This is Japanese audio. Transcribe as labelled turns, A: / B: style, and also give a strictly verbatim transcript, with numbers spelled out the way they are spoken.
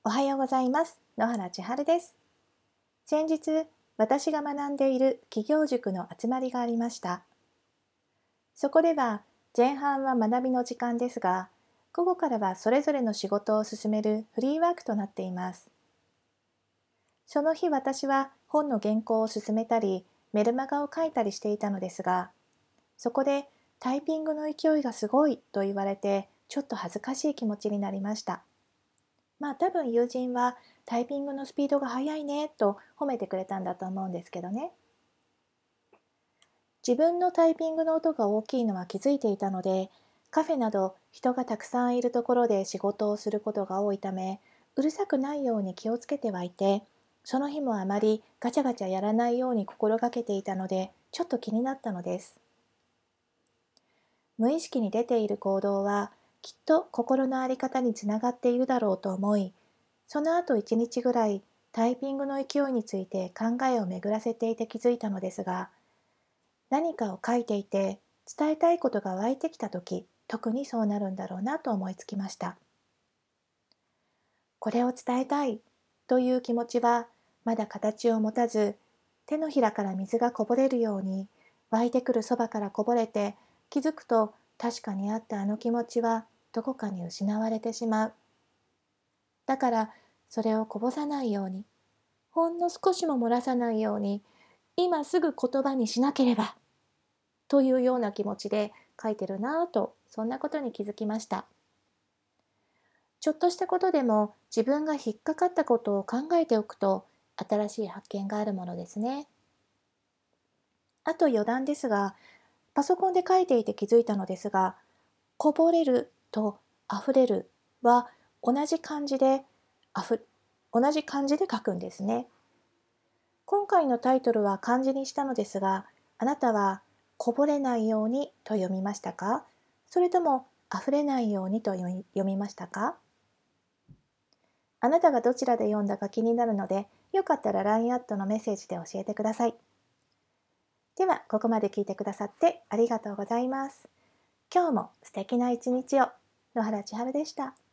A: おはようございます。野原千春です。先日、私が学んでいる企業塾の集まりがありました。そこでは、前半は学びの時間ですが、午後からはそれぞれの仕事を進めるフリーワークとなっています。その日私は本の原稿を進めたり、メルマガを書いたりしていたのですが、そこでタイピングの勢いがすごいと言われて、ちょっと恥ずかしい気持ちになりました。まあ多分友人はタイピングのスピードが速いねと褒めてくれたんだと思うんですけどね。自分のタイピングの音が大きいのは気づいていたので、カフェなど人がたくさんいるところで仕事をすることが多いため、うるさくないように気をつけてはいて、その日もあまりガチャガチャやらないように心がけていたので、ちょっと気になったのです。無意識に出ている行動は、きっと心の在り方につながっているだろうと思い、その後一日ぐらいタイピングの勢いについて考えを巡らせていて気づいたのですが、何かを書いていて伝えたいことが湧いてきたとき、特にそうなるんだろうなと思いつきました。これを伝えたいという気持ちはまだ形を持たず、手のひらから水がこぼれるように湧いてくるそばからこぼれて、気づくと確かにあったあの気持ちはどこかに失われてしまう。だからそれをこぼさないように、ほんの少しも漏らさないように、今すぐ言葉にしなければというような気持ちで書いてるなぁと、そんなことに気づきました。ちょっとしたことでも自分が引っかかったことを考えておくと、新しい発見があるものですね。あと余談ですが、パソコンで書いていて気づいたのですが、こぼれると溢れるは同じ漢字であふ同じ漢字で書くんですね。今回のタイトルは漢字にしたのですが、あなたはこぼれないようにと読みましたか？それとも溢れないようにと読み読みましたか？あなたがどちらで読んだか気になるので、よかったら ライン アットのメッセージで教えてください。では、ここまで聞いてくださってありがとうございます。今日も素敵な一日を。野原千春でした。